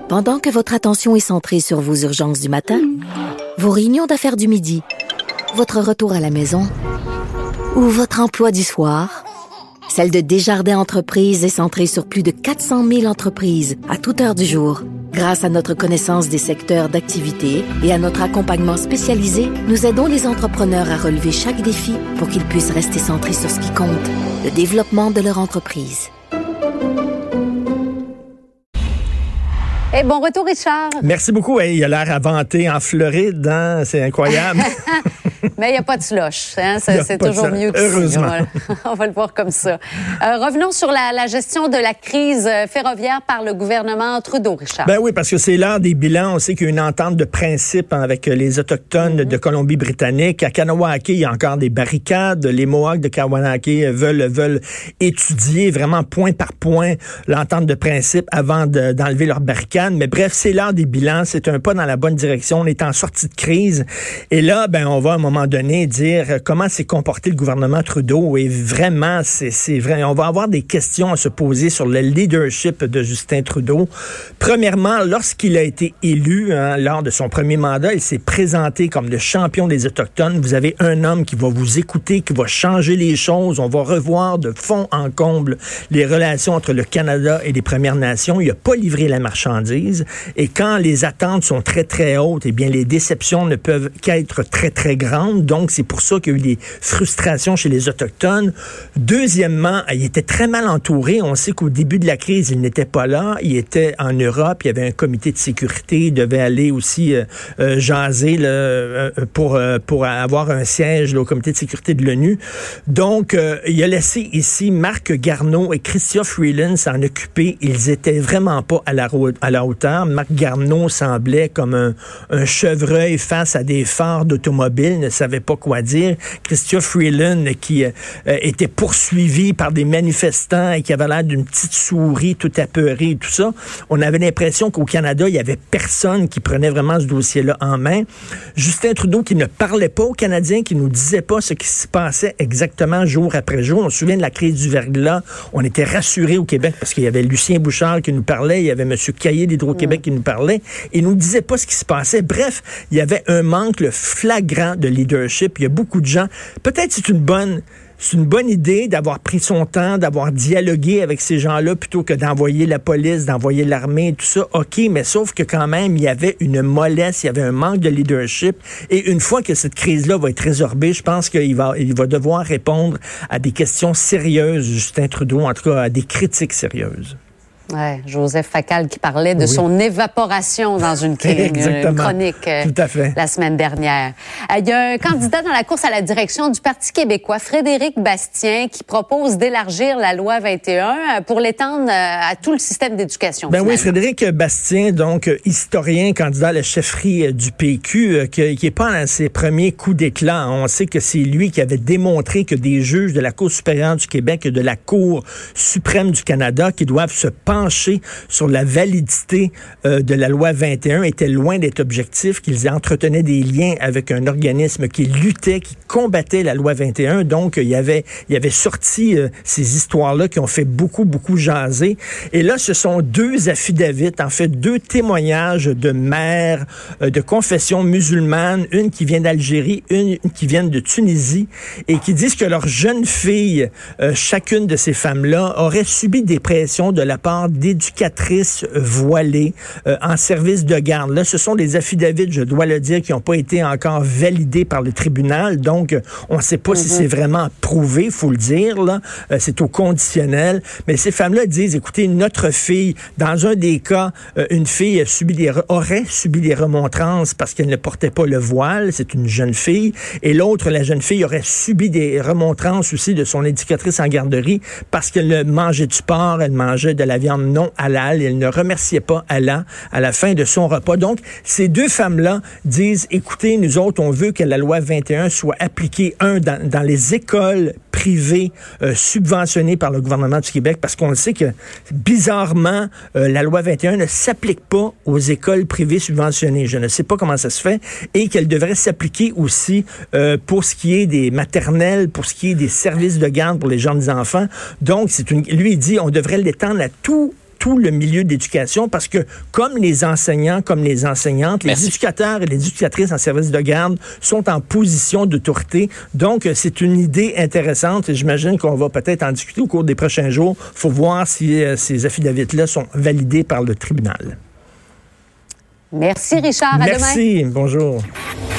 Pendant que votre attention est centrée sur vos urgences du matin, vos réunions d'affaires du midi, votre retour à la maison ou votre emploi du soir, celle de Desjardins Entreprises est centrée sur plus de 400 000 entreprises à toute heure du jour. Grâce à notre connaissance des secteurs d'activité et à notre accompagnement spécialisé, nous aidons les entrepreneurs à relever chaque défi pour qu'ils puissent rester centrés sur ce qui compte, le développement de leur entreprise. Et bon retour, Richard. Merci beaucoup. Hey, il a l'air à vanter en Floride, hein? C'est incroyable. Mais il n'y a pas de slush. Hein? C'est toujours mieux que heureusement. Voilà. On va le voir comme ça. Revenons sur la gestion de la crise ferroviaire par le gouvernement Trudeau, Richard. Ben oui, parce que c'est l'heure des bilans. On sait qu'il y a une entente de principe avec les Autochtones de Colombie-Britannique. À Kahnawake, il y a encore des barricades. Les Mohawks de Kahnawake veulent étudier vraiment point par point l'entente de principe avant d'enlever leurs barricades. Mais bref, c'est l'heure des bilans. C'est un pas dans la bonne direction. On est en sortie de crise. Et là, ben, on va à un moment donné dire comment s'est comporté le gouvernement Trudeau. Et vraiment, c'est vrai. On va avoir des questions à se poser sur le leadership de Justin Trudeau. Premièrement, lorsqu'il a été élu, lors de son premier mandat, il s'est présenté comme le champion des Autochtones. Vous avez un homme qui va vous écouter, qui va changer les choses. On va revoir de fond en comble les relations entre le Canada et les Premières Nations. Il n'a pas livré la marchandise. Et quand les attentes sont très, très hautes, eh bien, les déceptions ne peuvent qu'être très, très grandes. Donc, c'est pour ça qu'il y a eu des frustrations chez les Autochtones. Deuxièmement, il était très mal entouré. On sait qu'au début de la crise, il n'était pas là. Il était en Europe. Il y avait un comité de sécurité. Il devait aller aussi jaser là, pour avoir un siège là, au comité de sécurité de l'ONU. Donc, il a laissé ici Marc Garneau et Chrystia Freeland s'en occuper. Ils étaient vraiment pas à la hauteur. Marc Garneau semblait comme un chevreuil face à des phares d'automobile, ne savait pas quoi dire. Chrystia Freeland qui était poursuivie par des manifestants et qui avait l'air d'une petite souris tout apeurée et tout ça. On avait l'impression qu'au Canada, il y avait personne qui prenait vraiment ce dossier-là en main. Justin Trudeau qui ne parlait pas aux Canadiens, qui nous disait pas ce qui se passait exactement jour après jour. On se souvient de la crise du verglas. On était rassurés au Québec parce qu'il y avait Lucien Bouchard qui nous parlait, il y avait M. Caillé d'Hydro-Québec qui nous parlait et nous disait pas ce qui se passait. Bref, il y avait un manque flagrant de leadership. Il y a beaucoup de gens. Peut-être c'est une bonne idée d'avoir pris son temps, d'avoir dialogué avec ces gens-là plutôt que d'envoyer la police, d'envoyer l'armée, tout ça. OK, mais sauf que quand même, il y avait une mollesse, il y avait un manque de leadership. Et une fois que cette crise-là va être résorbée, je pense qu'il va devoir répondre à des questions sérieuses, Justin Trudeau, en tout cas à des critiques sérieuses. Ouais, Joseph Facal qui parlait de son évaporation dans une chronique Tout à fait. La semaine dernière. Il y a un candidat dans la course à la direction du Parti québécois, Frédéric Bastien, qui propose d'élargir la loi 21 pour l'étendre à tout le système d'éducation. Ben oui, Frédéric Bastien, donc historien, candidat à la chefferie du PQ, qui est pas dans ses premiers coups d'éclat. On sait que c'est lui qui avait démontré que des juges de la Cour supérieure du Québec et de la Cour suprême du Canada qui doivent se pencher sur la validité de la loi 21 étaient loin d'être objectifs, qu'ils entretenaient des liens avec un organisme qui luttait, qui combattait la loi 21. Donc, il y avait sorti ces histoires-là qui ont fait beaucoup, beaucoup jaser. Et là, ce sont deux affidavits, en fait, deux témoignages de mères de confession musulmane, une qui vient d'Algérie, une qui vient de Tunisie, et qui disent que leurs jeunes filles, chacune de ces femmes-là, auraient subi des pressions de la part d'éducatrices voilées en service de garde. Là, ce sont des affidavits, je dois le dire, qui n'ont pas été encore validés par le tribunal. Donc, on ne sait pas si c'est vraiment prouvé, il faut le dire. Là, c'est au conditionnel. Mais ces femmes-là disent, écoutez, notre fille, dans un des cas, une fille aurait subi des remontrances parce qu'elle ne portait pas le voile. C'est une jeune fille. Et l'autre, la jeune fille, aurait subi des remontrances aussi de son éducatrice en garderie parce qu'elle mangeait du porc, elle mangeait de la viande non halal. Elle ne remerciait pas Allah à la fin de son repas. Donc, ces deux femmes-là disent, écoutez, nous autres, on veut que la loi 21 soit appliquée, dans les écoles privées subventionnées par le gouvernement du Québec, parce qu'on le sait que, bizarrement, la loi 21 ne s'applique pas aux écoles privées subventionnées. Je ne sais pas comment ça se fait, et qu'elle devrait s'appliquer aussi pour ce qui est des maternelles, pour ce qui est des services de garde pour les jeunes enfants. Donc, lui, il dit, on devrait l'étendre à tout le milieu d'éducation parce que comme les enseignants, comme les enseignantes, les éducateurs et les éducatrices en service de garde sont en position d'autorité. Donc, c'est une idée intéressante et j'imagine qu'on va peut-être en discuter au cours des prochains jours. Il faut voir si ces affidavits-là sont validés par le tribunal. Merci, Richard. À demain. Merci. Bonjour.